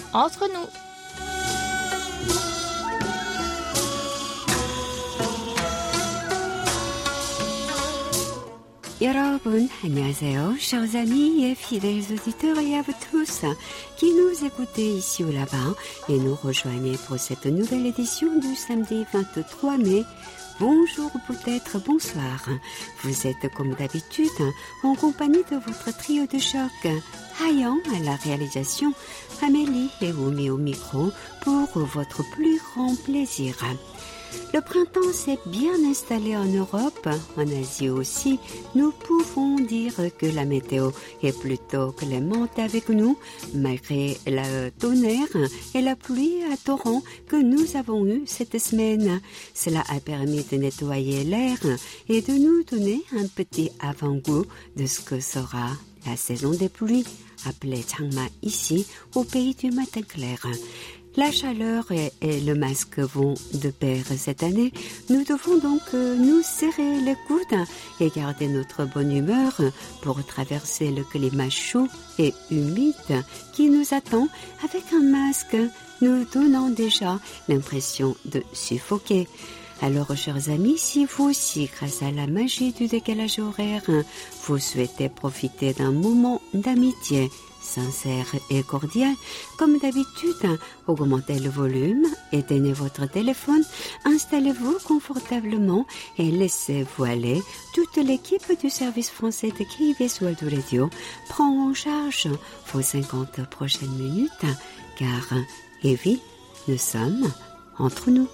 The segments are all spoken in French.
entre nous. 여러분, 안녕하세요. Chers amis et fidèles auditeurs et à vous tous qui nous écoutez ici ou là-bas et nous rejoignez pour cette nouvelle édition du samedi 23 mai. Bonjour ou peut-être bonsoir. Vous êtes comme d'habitude en compagnie de votre trio de choc. Hayan à la réalisation, Amélie et Oumi au micro pour votre plus grand plaisir. Le printemps s'est bien installé en Europe, en Asie aussi. Nous pouvons dire que la météo est plutôt clémente avec nous, malgré le tonnerre et la pluie à torrent que nous avons eu cette semaine. Cela a permis de nettoyer l'air et de nous donner un petit avant-goût de ce que sera la saison des pluies, appelée Changma ici, au pays du matin clair. La chaleur et le masque vont de pair cette année. Nous devons donc nous serrer les coudes et garder notre bonne humeur pour traverser le climat chaud et humide qui nous attend avec un masque nous donnant déjà l'impression de suffoquer. Alors, chers amis, si vous aussi, grâce à la magie du décalage horaire, vous souhaitez profiter d'un moment d'amitié sincère et cordial, comme d'habitude, augmentez le volume, éteignez votre téléphone, installez-vous confortablement et laissez-vous aller. Toute l'équipe du service français de KBS World Radio prend en charge vos 50 prochaines minutes, car, Evie, nous sommes entre nous.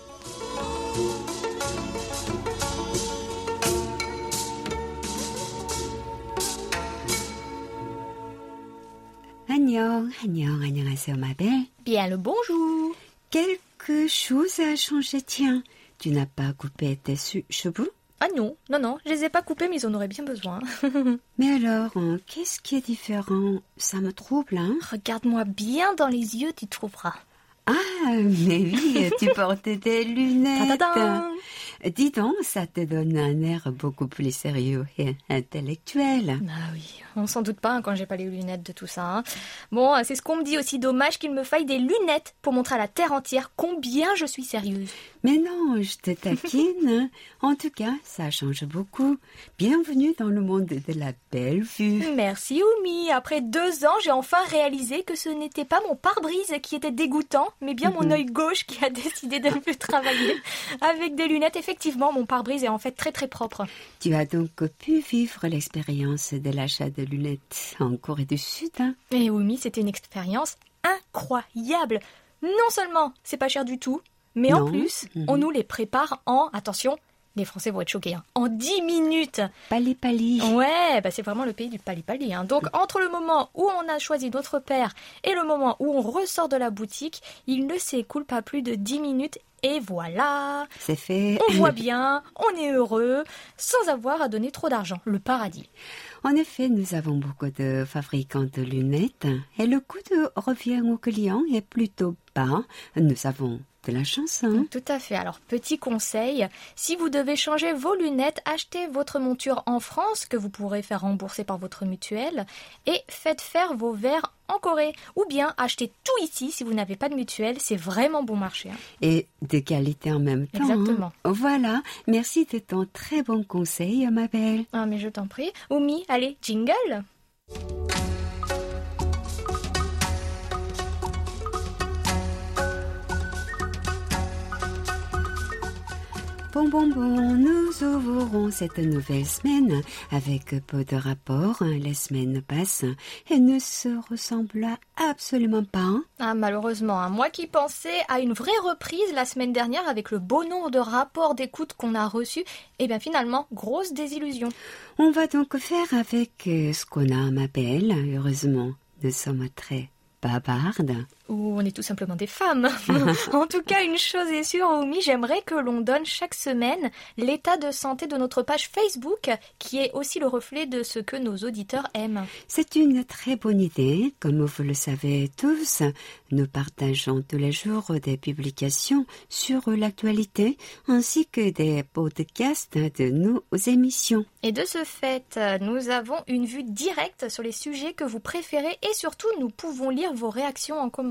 안녕하세요, ma belle. Bien le bonjour. Quelque chose a changé, tiens. Tu n'as pas coupé tes cheveux? Ah non, je les ai pas coupés, mais ils en auraient bien besoin. Mais alors, qu'est-ce qui est différent? Ça me trouble, hein? Regarde-moi bien dans les yeux, tu trouveras. Ah, mais oui, tu portes des lunettes. Ta-da-da. Dis donc, ça te donne un air beaucoup plus sérieux et intellectuel. Ah oui, on s'en doute pas quand j'ai pas les lunettes de tout ça. Bon, c'est ce qu'on me dit aussi, dommage qu'il me faille des lunettes pour montrer à la terre entière combien je suis sérieuse. Mais non, je te taquine. En tout cas, ça change beaucoup. Bienvenue dans le monde de la belle vue. Merci Oumi. Après 2 ans, j'ai enfin réalisé que ce n'était pas mon pare-brise qui était dégoûtant, mais bien mon œil gauche qui a décidé de ne plus travailler. Avec des lunettes, effectivement, mon pare-brise est en fait très très propre. Tu as donc pu vivre l'expérience de l'achat de lunettes en Corée du Sud, hein? Et Oumi, c'était une expérience incroyable. Non seulement c'est pas cher du tout, mais en plus, on nous les prépare en, attention, les Français vont être choqués, en 10 minutes. Pali-pali. Ouais, c'est vraiment le pays du pali-pali. Donc, entre le moment où on a choisi notre paire et le moment où on ressort de la boutique, il ne s'écoule pas plus de 10 minutes. Et voilà, c'est fait. On voit bien, on est heureux, sans avoir à donner trop d'argent. Le paradis. En effet, nous avons beaucoup de fabricants de lunettes et le coût de revient aux clients est plutôt bas. Nous avons de la chance, hein? Tout à fait. Alors, petit conseil, si vous devez changer vos lunettes, achetez votre monture en France, que vous pourrez faire rembourser par votre mutuelle, et faites faire vos verres en Corée. Ou bien, achetez tout ici si vous n'avez pas de mutuelle, c'est vraiment bon marché. Et de qualité en même temps. Exactement. Voilà, merci de ton très bon conseil, ma belle. Ah, mais je t'en prie. Oumi, allez, jingle! Bon, nous ouvrons cette nouvelle semaine avec peu de rapports. Les semaines passent et ne se ressemblent absolument pas. Ah, malheureusement, moi qui pensais à une vraie reprise la semaine dernière avec le beau nombre de rapports d'écoute qu'on a reçus, eh bien finalement, grosse désillusion. On va donc faire avec ce qu'on a, ma belle. Heureusement, nous sommes très bavardes. Ou on est tout simplement des femmes. En tout cas, une chose est sûre, Oumi, j'aimerais que l'on donne chaque semaine l'état de santé de notre page Facebook, qui est aussi le reflet de ce que nos auditeurs aiment. C'est une très bonne idée. Comme vous le savez tous, nous partageons tous les jours des publications sur l'actualité, ainsi que des podcasts de nos émissions. Et de ce fait, nous avons une vue directe sur les sujets que vous préférez et surtout, nous pouvons lire vos réactions en commentaire.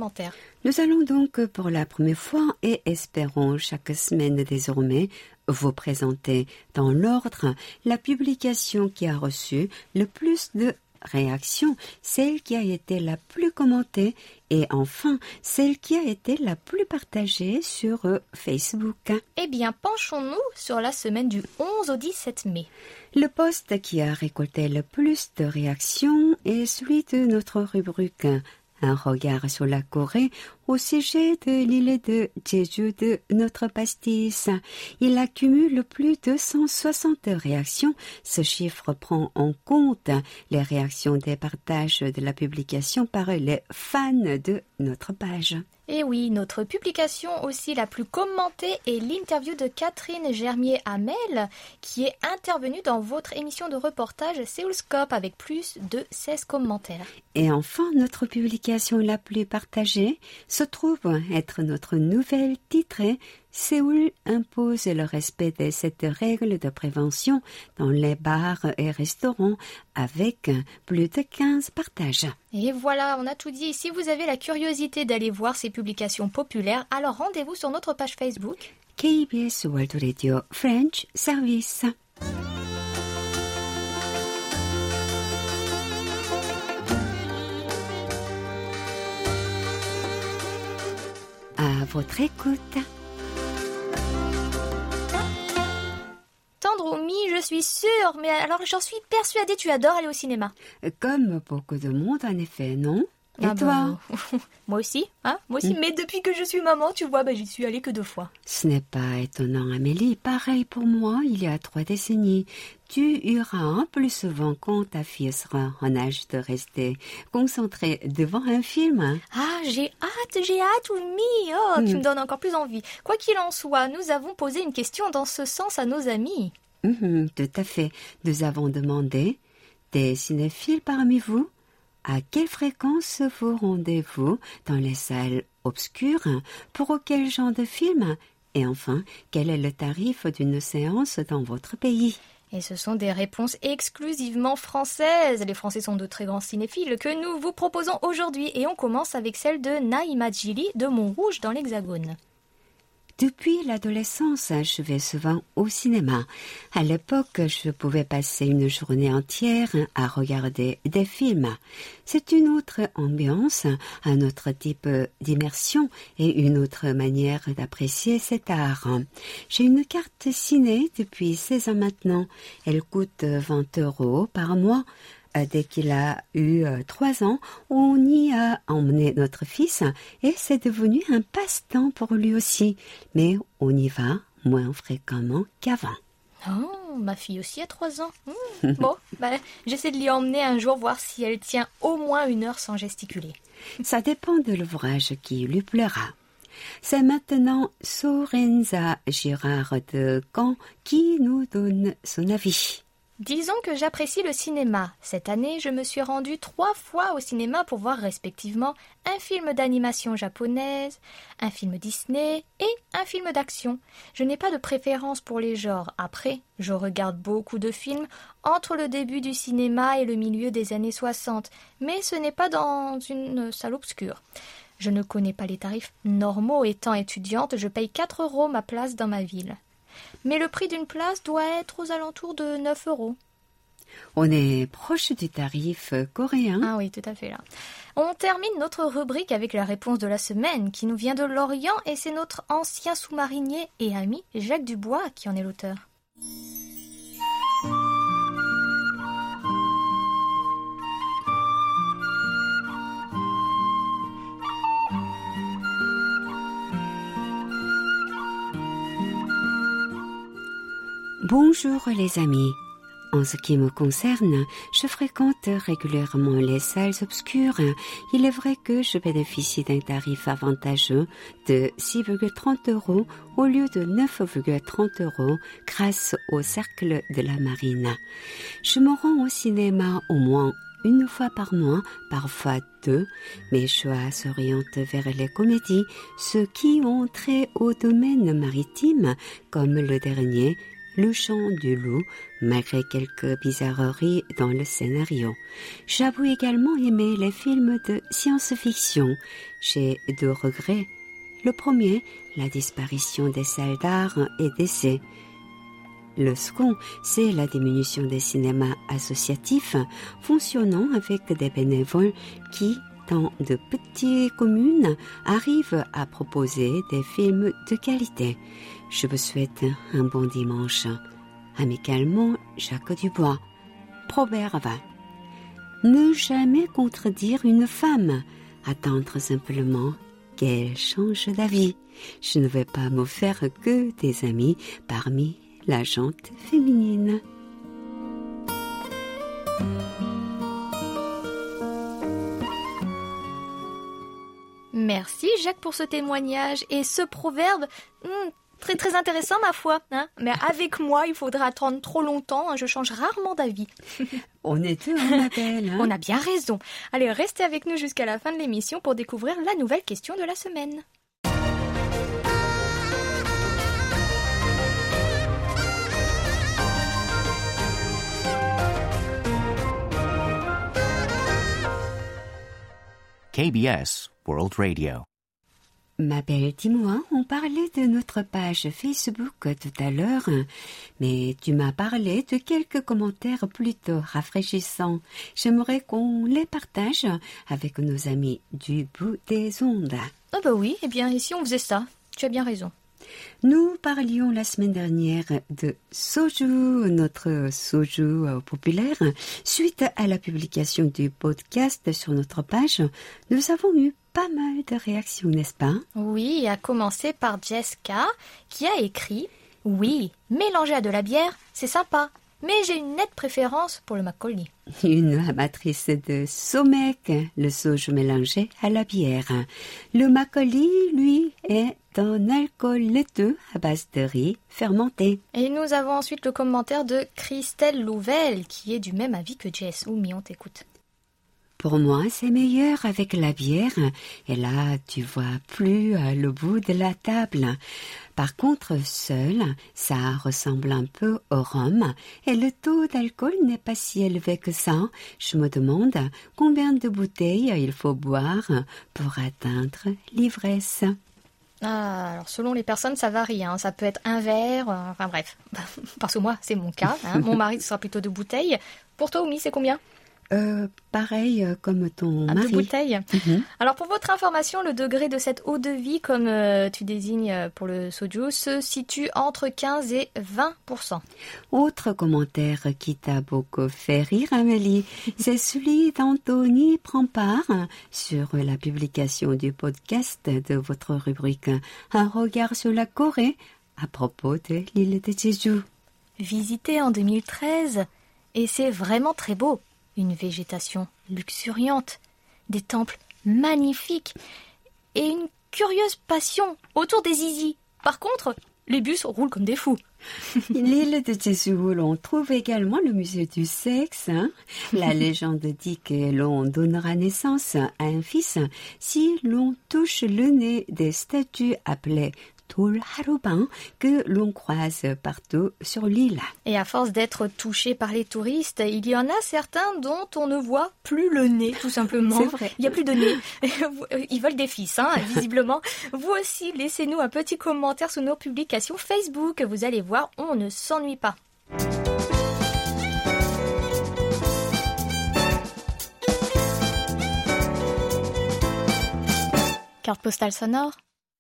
commentaires. Nous allons donc pour la première fois et espérons chaque semaine désormais vous présenter dans l'ordre la publication qui a reçu le plus de réactions, celle qui a été la plus commentée et enfin celle qui a été la plus partagée sur Facebook. Eh bien, penchons-nous sur la semaine du 11 au 17 mai. Le post qui a récolté le plus de réactions est celui de notre rubrique Un regard sur la Corée au sujet de l'île de Jeju de notre pastis. Il accumule plus de 160 réactions. Ce chiffre prend en compte les réactions des partages de la publication par les fans de notre page. Et oui, notre publication aussi la plus commentée est l'interview de Catherine Germier-Hamel qui est intervenue dans votre émission de reportage Séoulscope avec plus de 16 commentaires. Et enfin, notre publication la plus partagée se trouve être notre nouvelle titrée « Séoul impose le respect de cette règle de prévention dans les bars et restaurants » avec plus de 15 partages. Et voilà, on a tout dit. Si vous avez la curiosité d'aller voir ces publications populaires, alors rendez-vous sur notre page Facebook KBS World Radio French Service. À votre écoute. Tandroumi, je suis sûre, mais alors j'en suis persuadée, tu adores aller au cinéma. Comme beaucoup de monde, en effet, non? Et toi? Moi aussi, mais depuis que je suis maman, tu vois, j'y suis allée que 2 fois. Ce n'est pas étonnant, Amélie. Pareil pour moi, il y a 3 décennies. Tu iras plus souvent quand ta fille sera en âge de rester concentrée devant un film. Ah, j'ai hâte, oui. Oh, tu me donnes encore plus envie. Quoi qu'il en soit, nous avons posé une question dans ce sens à nos amis. Tout à fait. Nous avons demandé des cinéphiles parmi vous. À quelle fréquence vous rendez-vous dans les salles obscures? Pour quel genre de film? Et enfin, quel est le tarif d'une séance dans votre pays? Et ce sont des réponses exclusivement françaises. Les Français sont de très grands cinéphiles que nous vous proposons aujourd'hui. Et on commence avec celle de Naïma Djili de Montrouge dans l'Hexagone. Depuis l'adolescence, je vais souvent au cinéma. À l'époque, je pouvais passer une journée entière à regarder des films. C'est une autre ambiance, un autre type d'immersion et une autre manière d'apprécier cet art. J'ai une carte ciné depuis 16 ans maintenant. Elle coûte 20 € par mois. Dès qu'il a eu 3 ans, on y a emmené notre fils et c'est devenu un passe-temps pour lui aussi. Mais on y va moins fréquemment qu'avant. Oh, ma fille aussi a 3 ans. Bon, j'essaie de l'y emmener un jour voir si elle tient au moins 1 heure sans gesticuler. Ça dépend de l'ouvrage qui lui plaira. C'est maintenant Sorenza Girard de Caen qui nous donne son avis. Disons que j'apprécie le cinéma. Cette année, je me suis rendue 3 fois au cinéma pour voir respectivement un film d'animation japonaise, un film Disney et un film d'action. Je n'ai pas de préférence pour les genres. Après, je regarde beaucoup de films entre le début du cinéma et le milieu des années 60, mais ce n'est pas dans une salle obscure. Je ne connais pas les tarifs normaux. Étant étudiante, je paye 4 € ma place dans ma ville. Mais le prix d'une place doit être aux alentours de 9 €. On est proche du tarif coréen. Ah oui, tout à fait là. On termine notre rubrique avec la réponse de la semaine qui nous vient de Lorient et c'est notre ancien sous-marinier et ami Jacques Dubois qui en est l'auteur. Bonjour les amis. En ce qui me concerne, je fréquente régulièrement les salles obscures. Il est vrai que je bénéficie d'un tarif avantageux de 6,30 € au lieu de 9,30 € grâce au cercle de la marine. Je me rends au cinéma au moins 1 fois par mois, parfois 2. Mes choix s'orientent vers les comédies, ceux qui ont trait au domaine maritime, comme le dernier Le chant du loup, malgré quelques bizarreries dans le scénario. J'avoue également aimer les films de science-fiction. J'ai deux regrets. Le premier, la disparition des salles d'art et d'essai. Le second, c'est la diminution des cinémas associatifs fonctionnant avec des bénévoles qui, dans de petites communes, arrivent à proposer des films de qualité. Je vous souhaite un bon dimanche. Amicalement, Jacques Dubois. Proverbe. Ne jamais contredire une femme. Attendre simplement qu'elle change d'avis. Je ne vais pas me faire que des amis parmi la gente féminine. Merci Jacques pour ce témoignage et ce proverbe très très intéressant ma foi. Mais avec moi, il faudra attendre trop longtemps, je change rarement d'avis. On est deux, ma belle. On a bien raison. Allez, restez avec nous jusqu'à la fin de l'émission pour découvrir la nouvelle question de la semaine. KBS World Radio. Ma belle, dis-moi, on parlait de notre page Facebook tout à l'heure, mais tu m'as parlé de quelques commentaires plutôt rafraîchissants. J'aimerais qu'on les partage avec nos amis du bout des ondes. Ah bah oui, eh bien ici on faisait ça, tu as bien raison. Nous parlions la semaine dernière de soju, notre soju populaire. Suite à la publication du podcast sur notre page, nous avons eu pas mal de réactions, n'est-ce pas? Oui, à commencer par Jessica, qui a écrit « Oui, mélanger à de la bière, c'est sympa, mais j'ai une nette préférence pour le makgeolli. » Une amatrice de somek, le soju mélangé à la bière. Le makgeolli, lui, est un alcool laiteux à base de riz fermenté. Et nous avons ensuite le commentaire de Christelle Louvel, qui est du même avis que Jess. Oumi, on t'écoute. Pour moi, c'est meilleur avec la bière. Et là, tu vois plus le bout de la table. Par contre, seul, ça ressemble un peu au rhum. Et le taux d'alcool n'est pas si élevé que ça. Je me demande combien de bouteilles il faut boire pour atteindre l'ivresse. Ah, alors selon les personnes, ça varie. Ça peut être un verre, enfin bref. Parce que moi, c'est mon cas. Mon mari, ce sera plutôt 2 bouteilles. Pour toi, Oumi, c'est combien ? Pareil comme ton mari. 2 bouteilles. Alors pour votre information, le degré de cette eau de vie, comme tu désignes pour le soju, se situe entre 15 et 20%. Autre commentaire qui t'a beaucoup fait rire, Amélie, c'est celui d'Anthony Prampart sur la publication du podcast de votre rubrique « Un regard sur la Corée » à propos de l'île de Jeju. Visité en 2013, et c'est vraiment très beau. Une végétation luxuriante, des temples magnifiques et une curieuse passion autour des zizis. Par contre, les bus roulent comme des fous. L'île de Jeju, où l'on trouve également le musée du sexe. La légende dit que l'on donnera naissance à un fils si l'on touche le nez des statues appelées Dolharuban que l'on croise partout sur l'île. Et à force d'être touchés par les touristes, il y en a certains dont on ne voit plus le nez, tout simplement. C'est vrai. Il n'y a plus de nez. Ils veulent des fils, visiblement. Vous aussi, laissez-nous un petit commentaire sous nos publications Facebook. Vous allez voir, on ne s'ennuie pas. Carte postale sonore.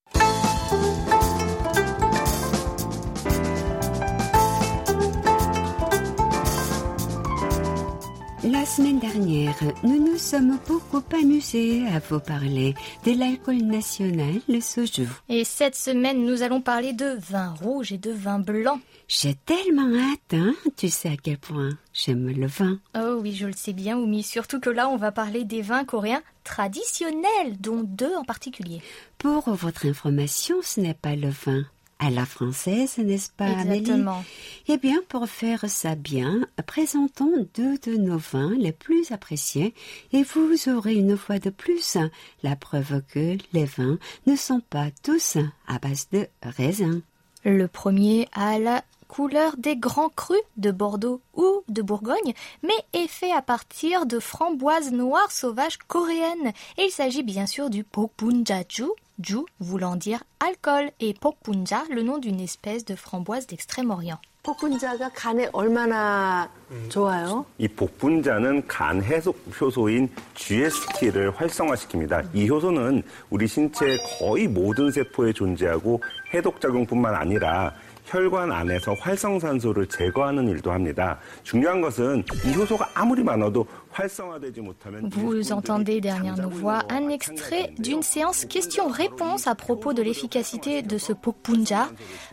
La semaine dernière, nous nous sommes beaucoup amusés à vous parler de l'alcool national, le soju. Et cette semaine, nous allons parler de vin rouge et de vin blanc. J'ai tellement hâte, tu sais à quel point j'aime le vin. Oh oui, je le sais bien, Oumi. Surtout que là, on va parler des vins coréens traditionnels, dont 2 en particulier. Pour votre information, ce n'est pas le vin à la française, n'est-ce pas, Exactement. Amélie? Eh bien, pour faire ça bien, présentons 2 de nos vins les plus appréciés et vous aurez une fois de plus la preuve que les vins ne sont pas tous à base de raisin. Le premier à la couleur des grands crus de Bordeaux ou de Bourgogne, mais est fait à partir de framboises noires sauvages coréennes. Et il s'agit bien sûr du Pokpunjaju, ju voulant dire alcool, et Pokpunja, le nom d'une espèce de framboise d'Extrême-Orient. 복분자가 간에 얼마나 좋아요? 이 복분자는 간 해독 효소인 GST를 활성화시킵니다. 이 효소는 우리 신체의 거의 모든 세포에 존재하고 해독작용뿐만 아니라 혈관 안에서 활성산소를 제거하는 일도 합니다. 중요한 것은 이 효소가 아무리 많아도 활성화되지 못하면 Vous entendez derrière nos voix un extrait d'une séance questions-réponses à propos de l'efficacité de ce Pokpunja,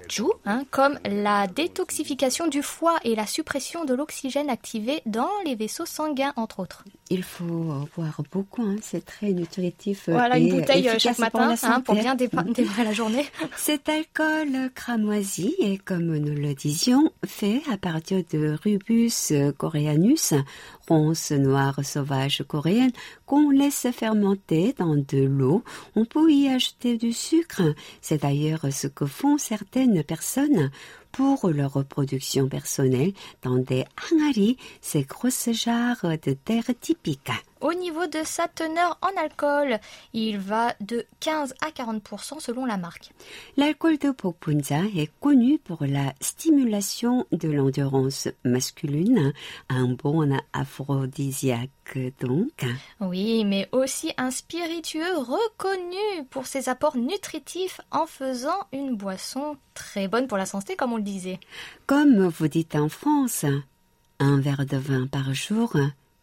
comme la détoxification du foie et la suppression de l'oxygène activé dans les vaisseaux sanguins, entre autres. Il faut boire beaucoup, c'est très nutritif. Voilà, et une bouteille chaque matin pour bien démarrer la journée. Cet alcool cramoisi est, comme nous le disions, fait à partir de Rubus coreanus, ronces noires sauvages coréennes qu'on laisse fermenter dans de l'eau. On peut y ajouter du sucre. C'est d'ailleurs ce que font certaines personnes pour leur reproduction personnelle dans des hangari, ces grosses jarres de terre typiques. Au niveau de sa teneur en alcool, il va de 15 à 40% selon la marque. L'alcool de Pokpunja est connu pour la stimulation de l'endurance masculine, un bon aphrodisiaque donc. Oui, mais aussi un spiritueux reconnu pour ses apports nutritifs en faisant une boisson très bonne pour la santé, comme on le disait. Comme vous dites en France, un verre de vin par jour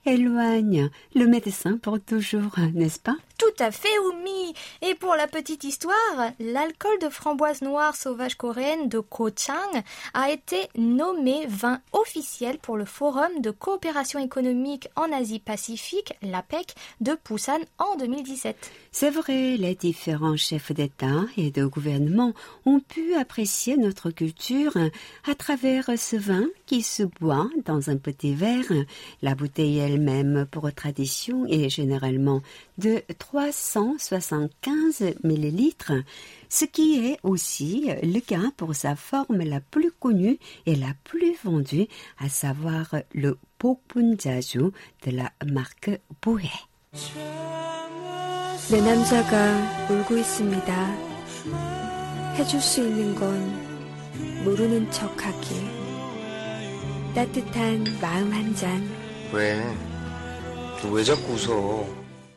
éloigne le médecin pour toujours, n'est-ce pas? Tout à fait, Oumi. Et pour la petite histoire, l'alcool de framboise noire sauvage coréenne de Gochang a été nommé vin officiel pour le Forum de coopération économique en Asie-Pacifique, l'APEC, de Busan en 2017. C'est vrai, les différents chefs d'État et de gouvernement ont pu apprécier notre culture à travers ce vin qui se boit dans un petit verre. La bouteille elle-même, pour tradition, est généralement de 375 millilitres, ce qui est aussi le cas pour sa forme la plus connue et la plus vendue, à savoir le Pokpunjaju de la marque Bohé. 내 남자가 울고 있습니다. 해줄 수 있는 건 모르는 척하기. 따뜻한 마음 한 잔. 왜? 왜 자꾸 웃어?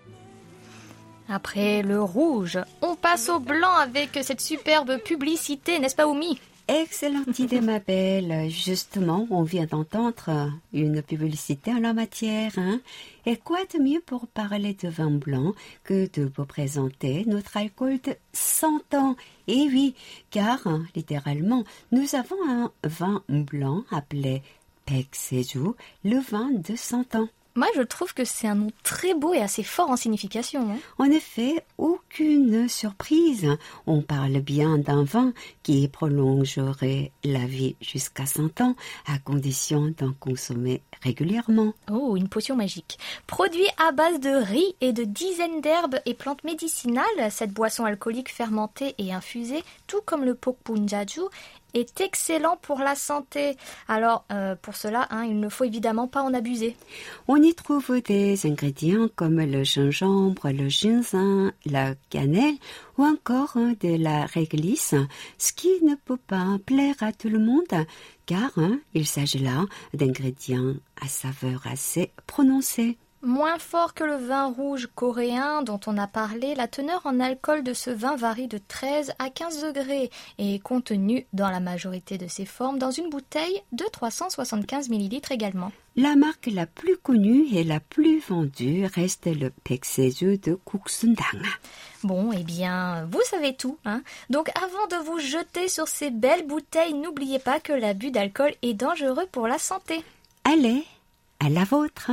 Après le rouge, on passe au blanc avec cette superbe publicité, n'est-ce pas, Oumi? Excellente idée, ma belle. Justement, on vient d'entendre une publicité en la matière. Et quoi de mieux pour parler de vin blanc que de vous présenter notre alcool de 100 ans? Et oui, car littéralement, nous avons un vin blanc appelé Paekseju, le vin de 100 ans. Moi, je trouve que c'est un nom très beau et assez fort en signification. En effet, aucune surprise. On parle bien d'un vin qui prolongerait la vie jusqu'à 100 ans, à condition d'en consommer régulièrement. Oh, une potion magique. Produit à base de riz et de dizaines d'herbes et plantes médicinales, cette boisson alcoolique fermentée et infusée, tout comme le Pokpunjaju, est excellent pour la santé. Alors, pour cela, il ne faut évidemment pas en abuser. On y trouve des ingrédients comme le gingembre, le ginseng, la cannelle ou encore de la réglisse, ce qui ne peut pas plaire à tout le monde, car il s'agit là d'ingrédients à saveur assez prononcée. Moins fort que le vin rouge coréen dont on a parlé, la teneur en alcool de ce vin varie de 13 à 15 degrés et est contenue dans la majorité de ses formes dans une bouteille de 375 ml également. La marque la plus connue et la plus vendue reste le Paekseju de Goksundang. Bon, eh bien, vous savez tout, Donc, avant de vous jeter sur ces belles bouteilles, n'oubliez pas que l'abus d'alcool est dangereux pour la santé. Allez, à la vôtre.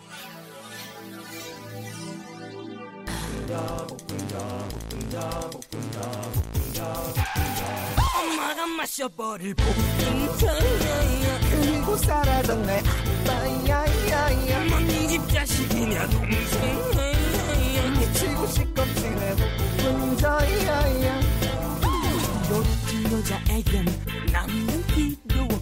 엄마가 마셔버릴 복분자야 그리고 살아던 내 아빠야야야 넌 네 집 자식이냐 동생야야 미치고 싶겁지 내 복분자야야 요즘 여자애견 남는 기도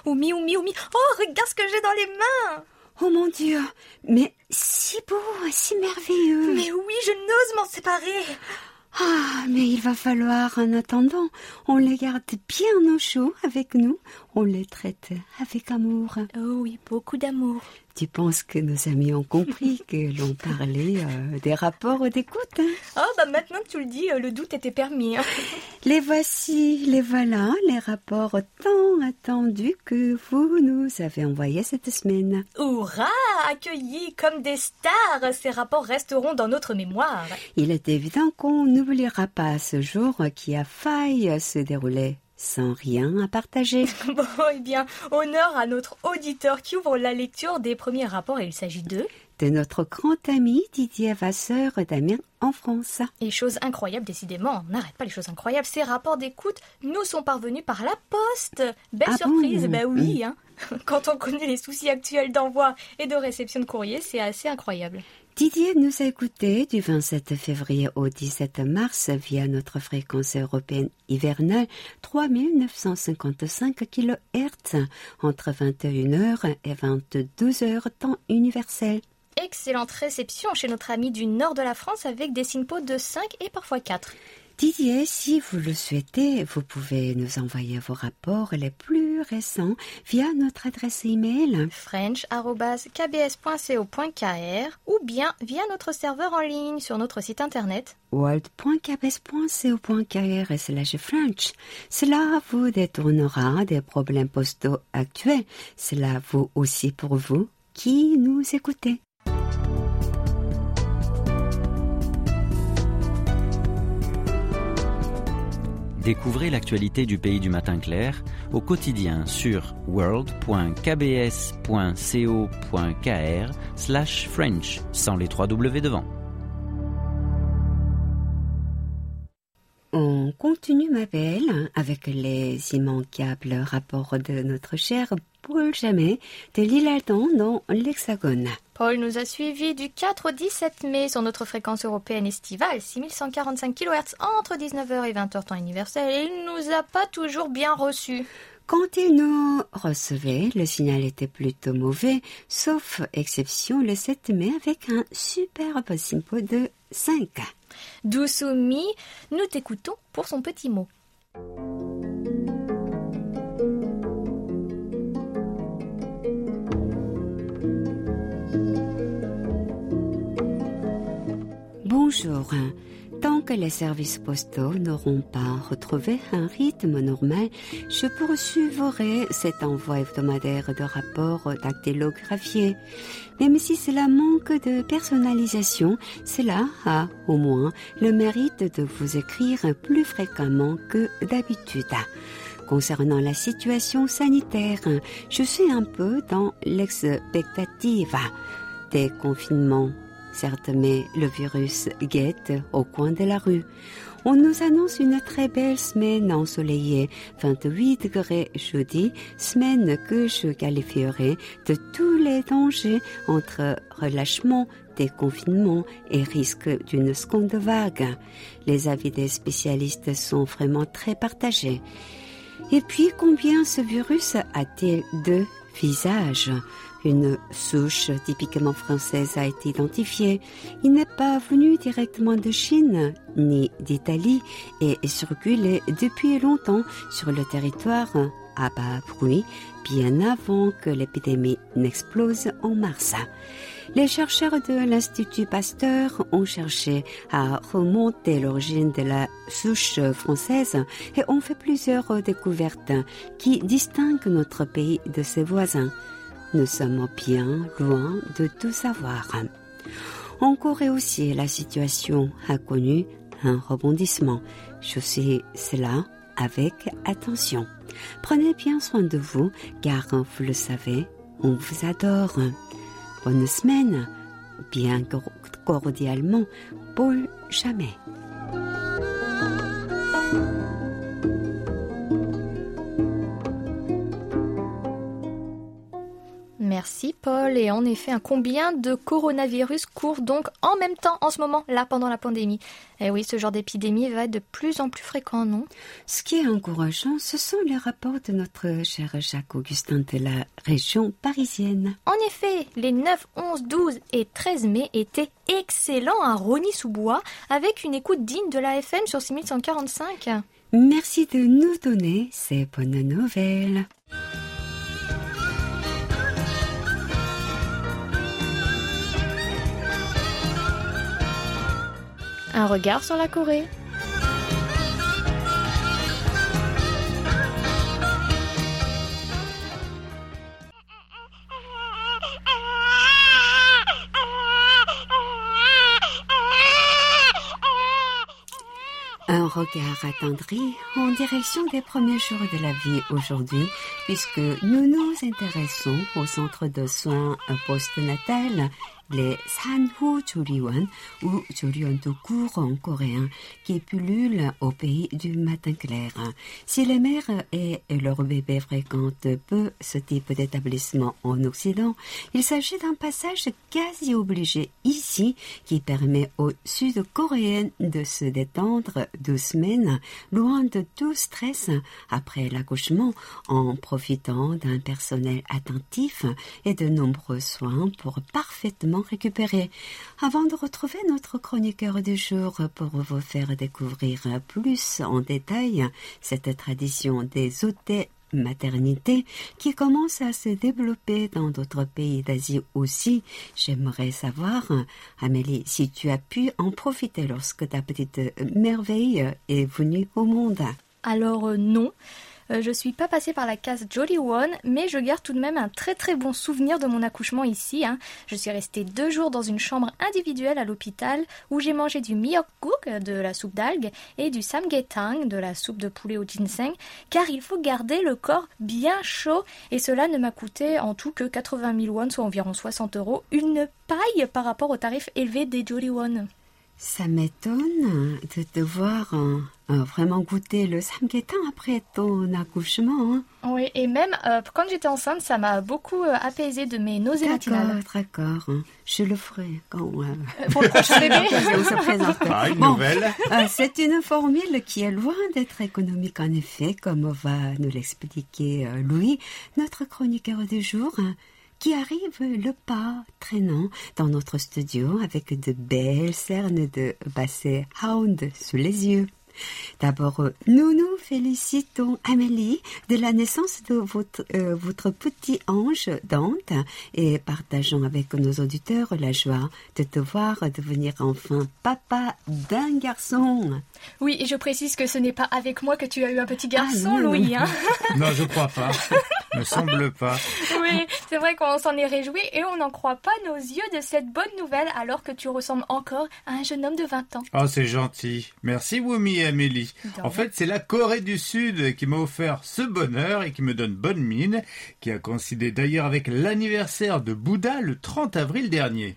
Oumi. Oh, regarde ce que j'ai dans les mains. Oh mon Dieu, mais si beau, si merveilleux. Mais oui, je n'ose m'en séparer. Ah, mais il va falloir, en attendant, on les garde bien au chaud avec nous. On les traite avec amour. Oh oui, beaucoup d'amour. Tu penses que nos amis ont compris que l'on parlait des rapports d'écoute, hein? Oh, maintenant que tu le dis, le doute était permis. Les voici, les voilà, les rapports tant attendus que vous nous avez envoyés cette semaine. Hurrah! Accueillis comme des stars, ces rapports resteront dans notre mémoire. Il est évident qu'on n'oubliera pas ce jour qui a failli se dérouler sans rien à partager. Bon, eh bien, honneur à notre auditeur qui ouvre la lecture des premiers rapports, et il s'agit de notre grand ami Didier Vasseur d'Amiens en France. Et chose incroyable, décidément, on n'arrête pas les choses incroyables, ces rapports d'écoute nous sont parvenus par la poste. Belle surprise, bon? Oui, hein. Quand on connaît les soucis actuels d'envoi et de réception de courrier, c'est assez incroyable. Didier nous a écoutés du 27 février au 17 mars via notre fréquence européenne hivernale 3955 kHz entre 21h et 22h temps universel. Excellente réception chez notre ami du nord de la France avec des SINPO de 5 et parfois 4. Didier, si vous le souhaitez, vous pouvez nous envoyer vos rapports les plus récents via notre adresse email french@kbs.co.kr ou bien via notre serveur en ligne sur notre site internet world.kbs.co.kr/French. Cela vous détournera des problèmes postaux actuels. Cela vaut aussi pour vous qui nous écoutez. Découvrez l'actualité du pays du matin clair au quotidien sur world.kbs.co.kr/French sans les 3 W devant. On continue, ma belle, avec les immanquables rapports de notre cher Paul Jamet de l'Isle-Adam dans l'Hexagone. Paul nous a suivis du 4 au 17 mai sur notre fréquence européenne estivale, 6145 kHz entre 19h et 20h temps universel, et il nous a pas toujours bien reçus. Quand il nous recevait, le signal était plutôt mauvais, sauf exception le 7 mai avec un superbe SINPO de 5. Dousoumi, nous t'écoutons pour son petit mot. Bonjour. Tant que les services postaux n'auront pas retrouvé un rythme normal, je poursuivrai cet envoi hebdomadaire de rapports dactylographiés. Même si cela manque de personnalisation, cela a au moins le mérite de vous écrire plus fréquemment que d'habitude. Concernant la situation sanitaire, je suis un peu dans l'expectative des confinements. Certes, mais le virus guette au coin de la rue. On nous annonce une très belle semaine ensoleillée, 28 degrés jeudi, semaine que je qualifierai de tous les dangers entre relâchement, déconfinement et risque d'une seconde vague. Les avis des spécialistes sont vraiment très partagés. Et puis, combien ce virus a-t-il de visages ? Une souche typiquement française a été identifiée. Il n'est pas venu directement de Chine ni d'Italie et est circulé depuis longtemps sur le territoire à bas bruit, bien avant que l'épidémie n'explose en mars. Les chercheurs de l'Institut Pasteur ont cherché à remonter l'origine de la souche française et ont fait plusieurs découvertes qui distinguent notre pays de ses voisins. Nous sommes bien loin de tout savoir. En Corée aussi, la situation a connu un rebondissement. Je suis cela avec attention. Prenez bien soin de vous, car vous le savez, on vous adore. Bonne semaine, bien cordialement, Paul Jamet. Merci Paul. Et en effet, combien de coronavirus courent donc en même temps en ce moment, là, pendant la pandémie? Et oui, ce genre d'épidémie va être de plus en plus fréquent, non? Ce qui est encourageant, ce sont les rapports de notre cher Jacques-Augustin de la région parisienne. En effet, les 9, 11, 12 et 13 mai étaient excellents à Rosny-sous-Bois, avec une écoute digne de la FM sur 6145. Merci de nous donner ces bonnes nouvelles. Un regard sur la Corée. Un regard attendri en direction des premiers jours de la vie aujourd'hui, puisque nous nous intéressons au centre de soins post-natal, les Sanhu Joriwon ou Joriwon tout court en coréen, qui pullulent au pays du matin clair. Si les mères et leurs bébés fréquentent peu ce type d'établissement en Occident, il s'agit d'un passage quasi obligé ici qui permet aux Sud-Coréennes de se détendre 2 semaines, loin de tout stress après l'accouchement, en profitant d'un personnel attentif et de nombreux soins pour parfaitement récupérer. Avant de retrouver notre chroniqueur du jour pour vous faire découvrir plus en détail cette tradition des hôtels maternité qui commence à se développer dans d'autres pays d'Asie aussi. J'aimerais savoir, Amélie, si tu as pu en profiter lorsque ta petite merveille est venue au monde. Alors non. Je suis pas passée par la case Joriwon, mais je garde tout de même un très très bon souvenir de mon accouchement ici. Je suis restée 2 jours dans une chambre individuelle à l'hôpital où j'ai mangé du miyeokguk, de la soupe d'algues, et du samgyetang, de la soupe de poulet au ginseng, car il faut garder le corps bien chaud et cela ne m'a coûté en tout que 80 000 won, soit environ 60 €, une paille par rapport au tarif élevé des Joriwon. Ça m'étonne de devoir vraiment goûter le samgyetang après ton accouchement. Oui, et même quand j'étais enceinte, ça m'a beaucoup apaisé de mes nausées matinales. D'accord. Je le ferai quand pour le prochain bébé. On se présente. Ah, une nouvelle. C'est une formule qui est loin d'être économique en effet, comme va nous l'expliquer Louis, notre chroniqueur du jour, qui arrive le pas traînant dans notre studio avec de belles cernes de basset hound sous les yeux. D'abord, nous nous félicitons, Amélie, de la naissance de votre petit ange Dante et partageons avec nos auditeurs la joie de te voir devenir enfin papa d'un garçon. Oui, et je précise que ce n'est pas avec moi que tu as eu un petit garçon, non, Louis. Non, je crois pas. Me semble pas. Oui, c'est vrai qu'on s'en est réjoui et on n'en croit pas nos yeux de cette bonne nouvelle alors que tu ressembles encore à un jeune homme de 20 ans. Oh, c'est gentil. Merci, Wumi et Amélie. En fait, c'est la Corée du Sud qui m'a offert ce bonheur et qui me donne bonne mine, qui a coïncidé d'ailleurs avec l'anniversaire de Bouddha le 30 avril dernier.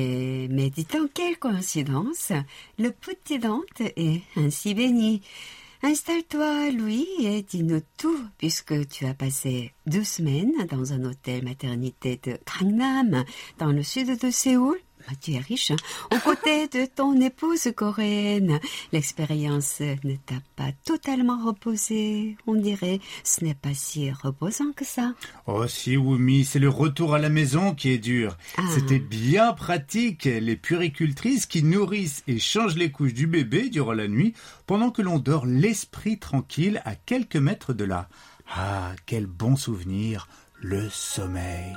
Mais dis-donc, quelle coïncidence, le petit Dante est ainsi béni. Installe-toi, Louis, et dis-nous tout, puisque tu as passé 2 semaines dans un hôtel maternité de Gangnam, dans le sud de Séoul. Tu es riche, aux côtés de ton épouse coréenne. L'expérience ne t'a pas totalement reposé, on dirait. Ce n'est pas si reposant que ça. Oh si, Wumi, c'est le retour à la maison qui est dur. C'était bien pratique, les puéricultrices qui nourrissent et changent les couches du bébé durant la nuit, pendant que l'on dort l'esprit tranquille à quelques mètres de là. Ah, quel bon souvenir, le sommeil.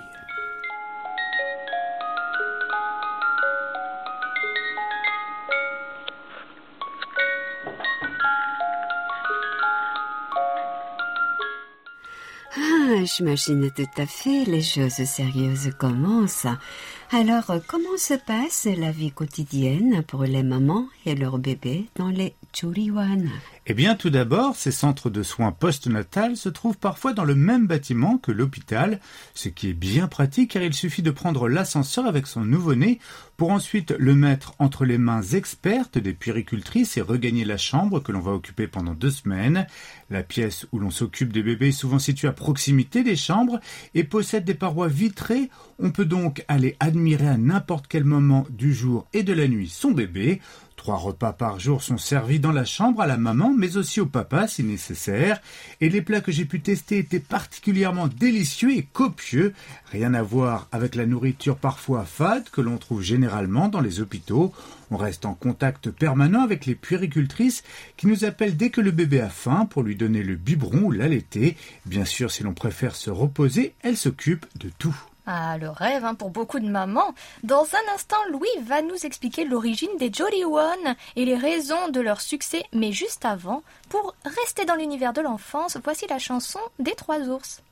J'imagine tout à fait, les choses sérieuses commencent. Alors, comment se passe la vie quotidienne pour les mamans et leurs bébés dans les Joriwan? Eh bien, tout d'abord, ces centres de soins post-natals se trouvent parfois dans le même bâtiment que l'hôpital, ce qui est bien pratique car il suffit de prendre l'ascenseur avec son nouveau-né pour ensuite le mettre entre les mains expertes des puéricultrices et regagner la chambre que l'on va occuper pendant 2 semaines. La pièce où l'on s'occupe des bébés est souvent située à proximité des chambres et possède des parois vitrées. On peut donc aller admirer à n'importe quel moment du jour et de la nuit son bébé. 3 repas par jour sont servis dans la chambre à la maman, mais aussi au papa si nécessaire. Et les plats que j'ai pu tester étaient particulièrement délicieux et copieux. Rien à voir avec la nourriture parfois fade que l'on trouve généralement dans les hôpitaux. On reste en contact permanent avec les puéricultrices qui nous appellent dès que le bébé a faim pour lui donner le biberon ou l'allaiter. Bien sûr, si l'on préfère se reposer, elles s'occupent de tout. Ah, le rêve pour beaucoup de mamans. Dans un instant, Louis va nous expliquer l'origine des Joriwan et les raisons de leur succès. Mais juste avant, pour rester dans l'univers de l'enfance, voici la chanson des 3 ours.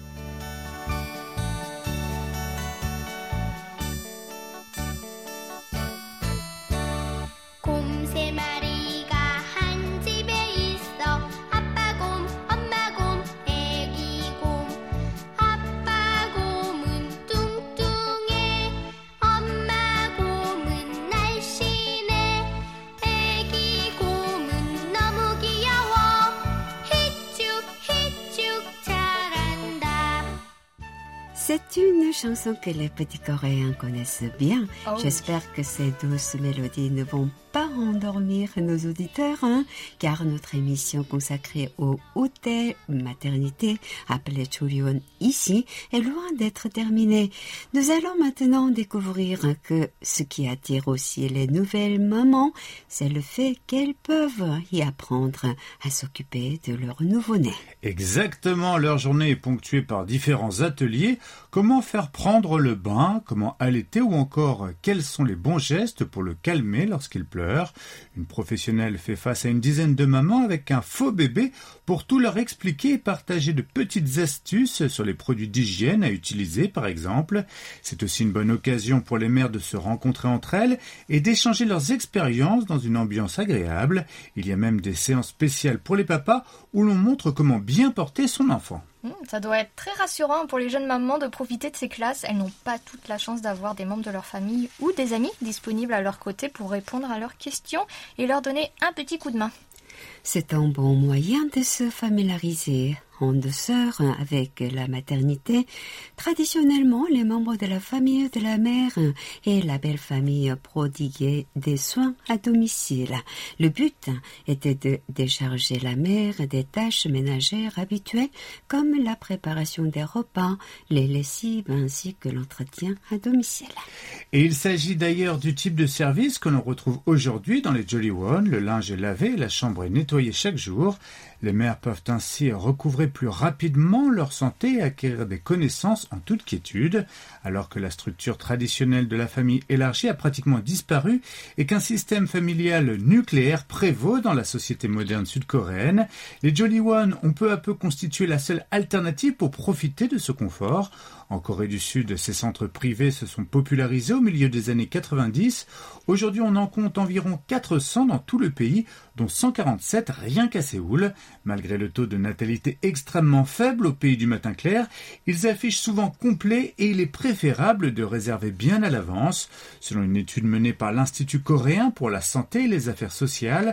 C'est une chanson que les petits Coréens connaissent bien. Oh. J'espère que ces douces mélodies ne vont pas endormir nos auditeurs, car notre émission consacrée au hôtel maternité, appelée Joriwan ici, est loin d'être terminée. Nous allons maintenant découvrir que ce qui attire aussi les nouvelles mamans, c'est le fait qu'elles peuvent y apprendre à s'occuper de leur nouveau-né. Exactement, leur journée est ponctuée par différents ateliers. Comment faire prendre le bain, comment allaiter ou encore quels sont les bons gestes pour le calmer lorsqu'il pleure. Une professionnelle fait face à une dizaine de mamans avec un faux bébé pour tout leur expliquer et partager de petites astuces sur les produits d'hygiène à utiliser par exemple. C'est aussi une bonne occasion pour les mères de se rencontrer entre elles et d'échanger leurs expériences dans une ambiance agréable. Il y a même des séances spéciales pour les papas où l'on montre comment bien porter son enfant. Ça doit être très rassurant pour les jeunes mamans de profiter de ces classes. Elles n'ont pas toute la chance d'avoir des membres de leur famille ou des amis disponibles à leur côté pour répondre à leurs questions et leur donner un petit coup de main. C'est un bon moyen de se familiariser en douceur avec la maternité. Traditionnellement, les membres de la famille de la mère et la belle famille prodiguaient des soins à domicile. Le but était de décharger la mère des tâches ménagères habituelles comme la préparation des repas, les lessives ainsi que l'entretien à domicile. Et il s'agit d'ailleurs du type de service que l'on retrouve aujourd'hui dans les Joriwan. Le linge est lavé et la chambre est nettoyée chaque jour. Les mères peuvent ainsi recouvrer plus rapidement leur santé et acquérir des connaissances en toute quiétude, alors que la structure traditionnelle de la famille élargie a pratiquement disparu et qu'un système familial nucléaire prévaut dans la société moderne sud-coréenne. Les Joriwan ont peu à peu constitué la seule alternative pour profiter de ce confort. En Corée du Sud, ces centres privés se sont popularisés au milieu des années 90. Aujourd'hui, on en compte environ 400 dans tout le pays, dont 147 rien qu'à Séoul. Malgré le taux de natalité extrêmement faible au pays du matin clair, ils affichent souvent complet et il est préférable de réserver bien à l'avance. Selon une étude menée par l'Institut coréen pour la santé et les affaires sociales,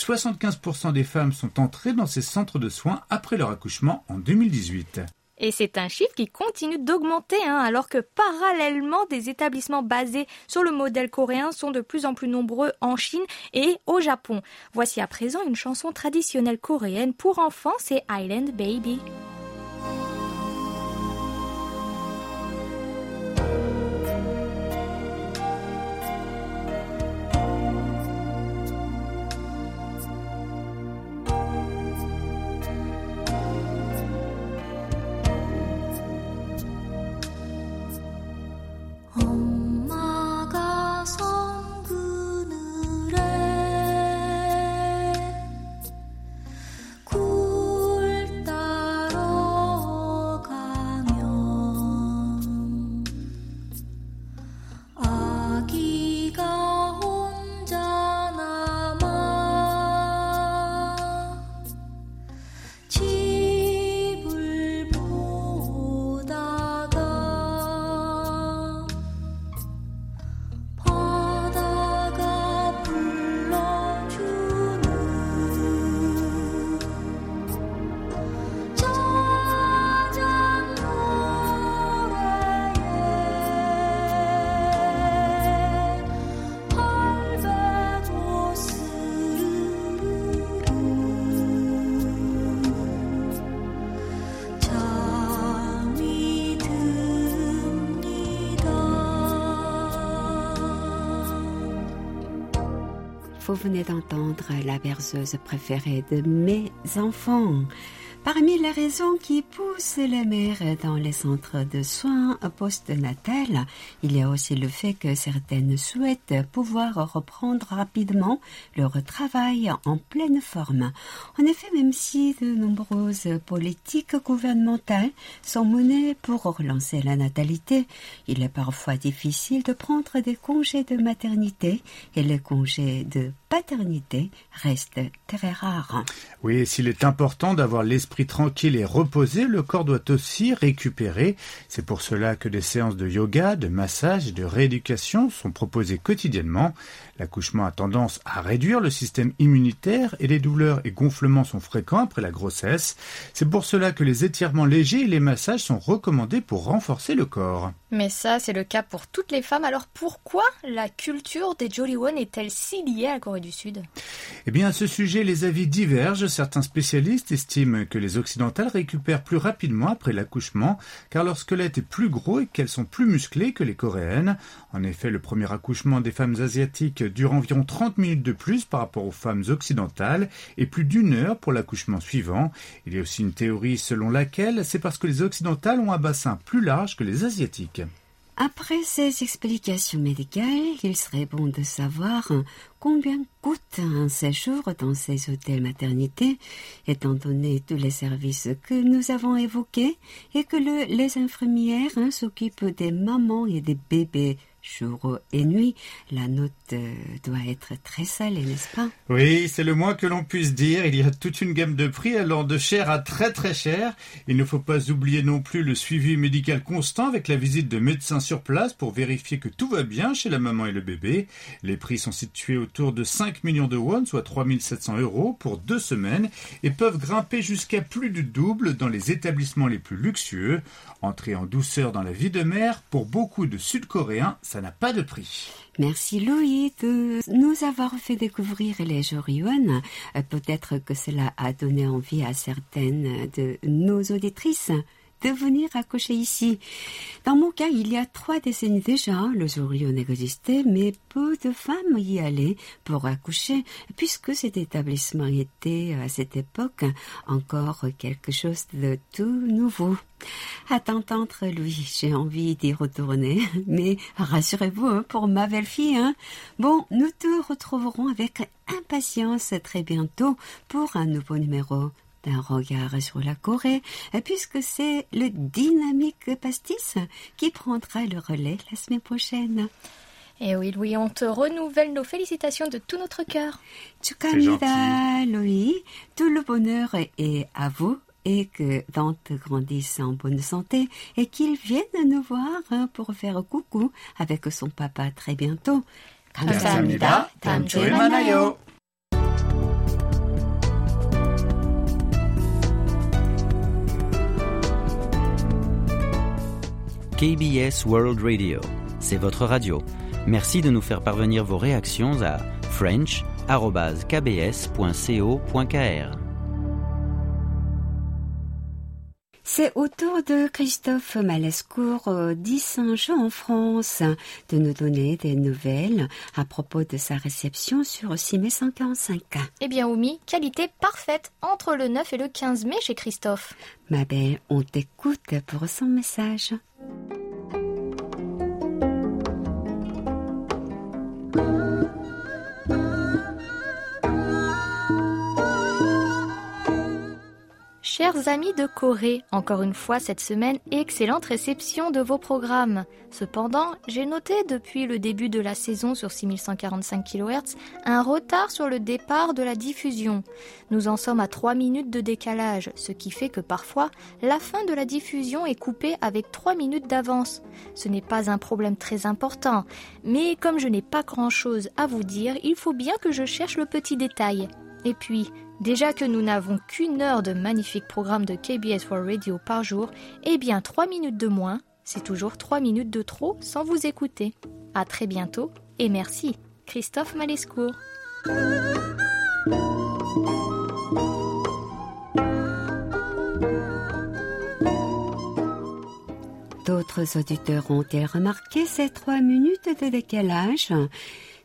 75% des femmes sont entrées dans ces centres de soins après leur accouchement en 2018. Et c'est un chiffre qui continue d'augmenter, alors que parallèlement, des établissements basés sur le modèle coréen sont de plus en plus nombreux en Chine et au Japon. Voici à présent une chanson traditionnelle coréenne pour enfants, c'est Island Baby. 굴 따러 vous venez d'entendre la berceuse préférée de mes enfants. Parmi les raisons qui poussent les mères dans les centres de soins post-natal, il y a aussi le fait que certaines souhaitent pouvoir reprendre rapidement leur travail en pleine forme. En effet, même si de nombreuses politiques gouvernementales sont menées pour relancer la natalité, il est parfois difficile de prendre des congés de maternité et les congés de paternité restent très rares. Oui, et s'il est important d'avoir l'esprit tranquille et reposé, le corps doit aussi récupérer. C'est pour cela que des séances de yoga, de massage et de rééducation sont proposées quotidiennement. L'accouchement a tendance à réduire le système immunitaire et les douleurs et gonflements sont fréquents après la grossesse. C'est pour cela que les étirements légers et les massages sont recommandés pour renforcer le corps. Mais ça, c'est le cas pour toutes les femmes. Alors pourquoi la culture des Joliwon est-elle si liée à la Corée du Sud ? Eh bien, à ce sujet, les avis divergent. Certains spécialistes estiment que les occidentales récupèrent plus rapidement après l'accouchement, car leur squelette est plus gros et qu'elles sont plus musclées que les coréennes. En effet, le premier accouchement des femmes asiatiques dure environ 30 minutes de plus par rapport aux femmes occidentales et plus d'1 heure pour l'accouchement suivant. Il y a aussi une théorie selon laquelle c'est parce que les occidentales ont un bassin plus large que les asiatiques. Après ces explications médicales, il serait bon de savoir combien coûte un séjour dans ces hôtels maternité, étant donné tous les services que nous avons évoqués et que les infirmières s'occupent des mamans et des bébés jour et nuit. La note doit être très salée, n'est-ce pas ? Oui, c'est le moins que l'on puisse dire. Il y a toute une gamme de prix allant de cher à très très cher. Il ne faut pas oublier non plus le suivi médical constant avec la visite de médecins sur place pour vérifier que tout va bien chez la maman et le bébé. Les prix sont situés autour de 5 millions de won, soit 3 700 € pour 2 semaines et peuvent grimper jusqu'à plus du double dans les établissements les plus luxueux. Entrer en douceur dans la vie de mère, pour beaucoup de Sud-Coréens, ça n'a pas de prix. Merci Louis de nous avoir fait découvrir les Joliwon. Peut-être que cela a donné envie à certaines de nos auditrices de venir accoucher ici. Dans mon cas, il y a 3 décennies déjà, le Joliwon existait, mais peu de femmes y allaient pour accoucher, puisque cet établissement était à cette époque encore quelque chose de tout nouveau. À t'entendre, Louis, j'ai envie d'y retourner, mais rassurez-vous, pour ma belle-fille, Bon, nous te retrouverons avec impatience très bientôt pour un nouveau numéro d'un regard sur la Corée, puisque c'est le dynamique pastis qui prendra le relais la semaine prochaine. Et oui, Louis, on te renouvelle nos félicitations de tout notre cœur. 축하합니다, Louis. Tout le bonheur est à vous et que Dante grandisse en bonne santé et qu'il vienne nous voir pour faire coucou avec son papa très bientôt. 감사합니다. 다음 주에 만나요. KBS World Radio, c'est votre radio. Merci de nous faire parvenir vos réactions à french@kbs.co.kr. C'est au tour de Christophe Malescourt d'Issingeaux en France de nous donner des nouvelles à propos de sa réception sur 6145. Eh bien, Oumi, qualité parfaite entre le 9 et le 15 mai chez Christophe. Ma belle, on t'écoute pour son message. Chers amis de Corée, encore une fois cette semaine, excellente réception de vos programmes. Cependant, j'ai noté depuis le début de la saison sur 6145 kHz un retard sur le départ de la diffusion. Nous en sommes à 3 minutes de décalage, ce qui fait que parfois, la fin de la diffusion est coupée avec 3 minutes d'avance. Ce n'est pas un problème très important, mais comme je n'ai pas grand-chose à vous dire, il faut bien que je cherche le petit détail. Et puis, déjà que nous n'avons qu'1 heure de magnifiques programmes de KBS World Radio par jour, eh bien 3 minutes de moins, c'est toujours 3 minutes de trop sans vous écouter. À très bientôt et merci. Christophe Malescourt. D'autres auditeurs ont-ils remarqué ces 3 minutes de décalage ?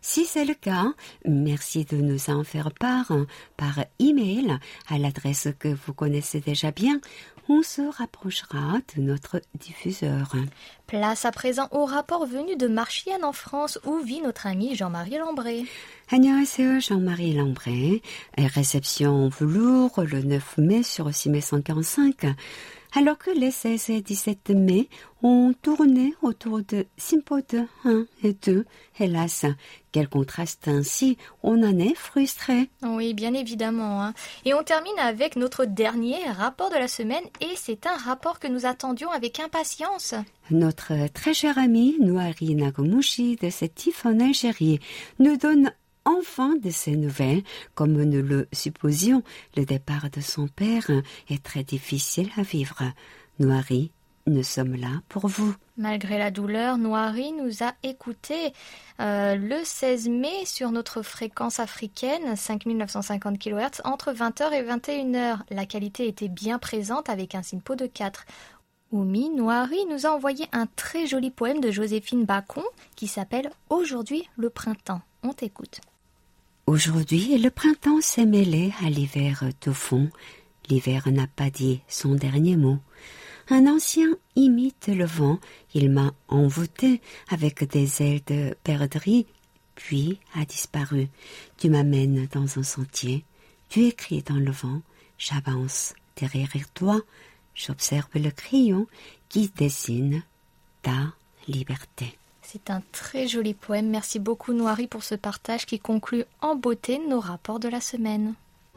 Si c'est le cas, merci de nous en faire part par email à l'adresse que vous connaissez déjà bien. On se rapprochera de notre diffuseur. Place à présent au rapport venu de Marchienne en France où vit notre ami Jean-Marie Lambré. 안녕하세요, Jean-Marie Lambré. Réception en velours le 9 mai sur 6145. Alors que les 16 et 17 mai ont tourné autour de Sympode 1 et 2, hélas, quel contraste ainsi, on en est frustré. Oui, bien évidemment. Hein. Et on termine avec notre dernier rapport de la semaine et c'est un rapport que nous attendions avec impatience. Notre très cher ami Nouari Nagomushi de Sétif en Algérie nous donne enfin de ces nouvelles. Comme nous le supposions, le départ de son père est très difficile à vivre. Nouari, nous sommes là pour vous. Malgré la douleur, Nouari nous a écoutés le 16 mai sur notre fréquence africaine, 5950 kHz, entre 20h et 21h. La qualité était bien présente avec un SINPO de 4. Oumi Nouari nous a envoyé un très joli poème de Joséphine Bacon qui s'appelle « Aujourd'hui le printemps ». On t'écoute. Aujourd'hui, le printemps s'est mêlé à l'hiver au fond. L'hiver n'a pas dit son dernier mot. Un ancien imite le vent. Il m'a envoûté avec des ailes de perdrix, puis a disparu. Tu m'amènes dans un sentier. Tu écris dans le vent. J'avance derrière toi. J'observe le crayon qui dessine ta liberté. C'est un très joli poème. Merci beaucoup Nouari pour ce partage qui conclut en beauté nos rapports de la semaine.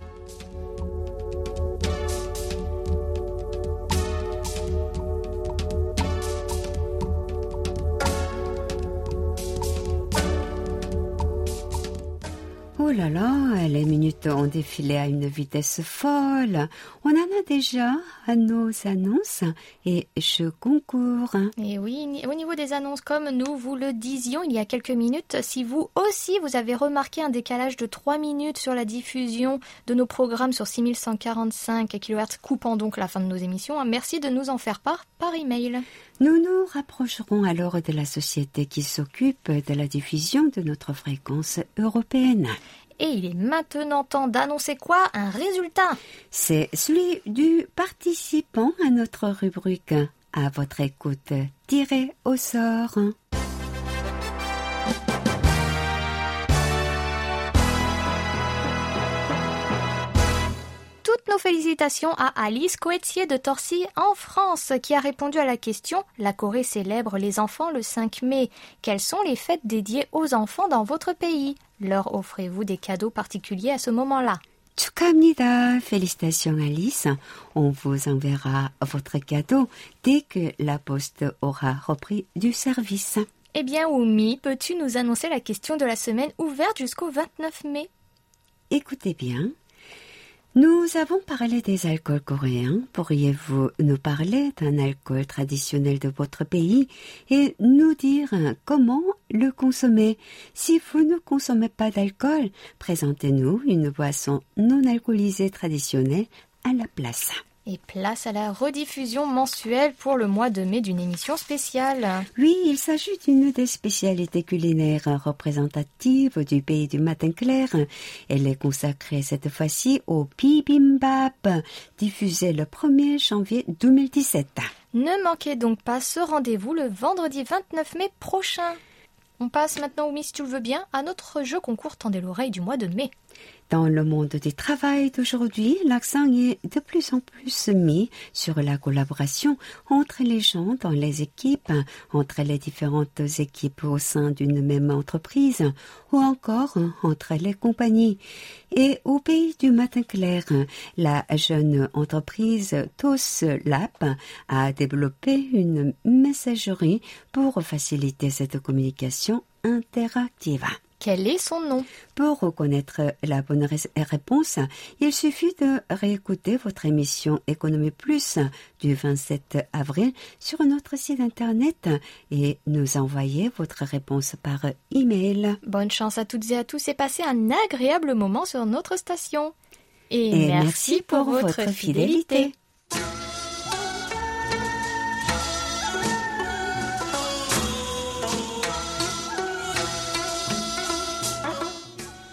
Oh là là, les minutes ont défilé à une vitesse folle. On en a déjà à nos annonces et je concours. Et oui, au niveau des annonces, comme nous vous le disions il y a quelques minutes, si vous aussi vous avez remarqué un décalage de 3 minutes sur la diffusion de nos programmes sur 6145 kHz, coupant donc la fin de nos émissions, merci de nous en faire part par email. Nous nous rapprocherons alors de la société qui s'occupe de la diffusion de notre fréquence européenne. Et il est maintenant temps d'annoncer quoi? Un résultat? C'est celui du participant à notre rubrique. À votre écoute, tiré au sort. Toutes nos félicitations à Alice Coetier de Torcy en France qui a répondu à la question « La Corée célèbre les enfants le 5 mai. Quelles sont les fêtes dédiées aux enfants dans votre pays? Leur offrez-vous des cadeaux particuliers à ce moment-là » 축하합니다. Félicitations Alice. On vous enverra votre cadeau dès que la poste aura repris du service. Eh bien, Oumi, peux-tu nous annoncer la question de la semaine ouverte jusqu'au 29 mai? Écoutez bien. Nous avons parlé des alcools coréens. Pourriez-vous nous parler d'un alcool traditionnel de votre pays et nous dire comment le consommer? Si vous ne consommez pas d'alcool, présentez-nous une boisson non alcoolisée traditionnelle à la place. Et place à la rediffusion mensuelle pour le mois de mai d'une émission spéciale. Oui, il s'agit d'une des spécialités culinaires représentatives du pays du matin clair. Elle est consacrée cette fois-ci au bibimbap, diffusé le 1er janvier 2017. Ne manquez donc pas ce rendez-vous le vendredi 29 mai prochain. On passe maintenant, Oumi, si tu le veux bien, à notre jeu concours Tendez l'oreille du mois de mai. Dans le monde du travail d'aujourd'hui, l'accent est de plus en plus mis sur la collaboration entre les gens dans les équipes, entre les différentes équipes au sein d'une même entreprise ou encore entre les compagnies. Et au pays du matin clair, la jeune entreprise TOSLAP a développé une messagerie pour faciliter cette communication interactive. Quel est son nom? Pour reconnaître la bonne réponse, il suffit de réécouter votre émission Économie Plus du 27 avril sur notre site internet et nous envoyer votre réponse par email. Bonne chance à toutes et à tous et passez un agréable moment sur notre station. Et merci pour votre fidélité.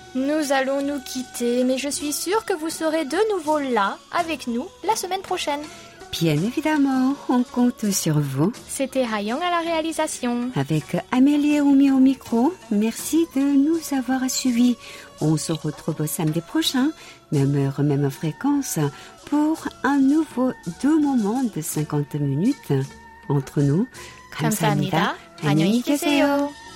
Nous allons nous quitter, mais je suis sûre que vous serez de nouveau là, avec nous, la semaine prochaine. Bien évidemment, on compte sur vous. C'était Hayoung à la réalisation. Avec Amélie et Oumi au micro, merci de nous avoir suivis. On se retrouve samedi prochain, même heure, même fréquence, pour un nouveau 2 moments de 50 minutes entre nous. 감사합니다. 안녕히 계세요.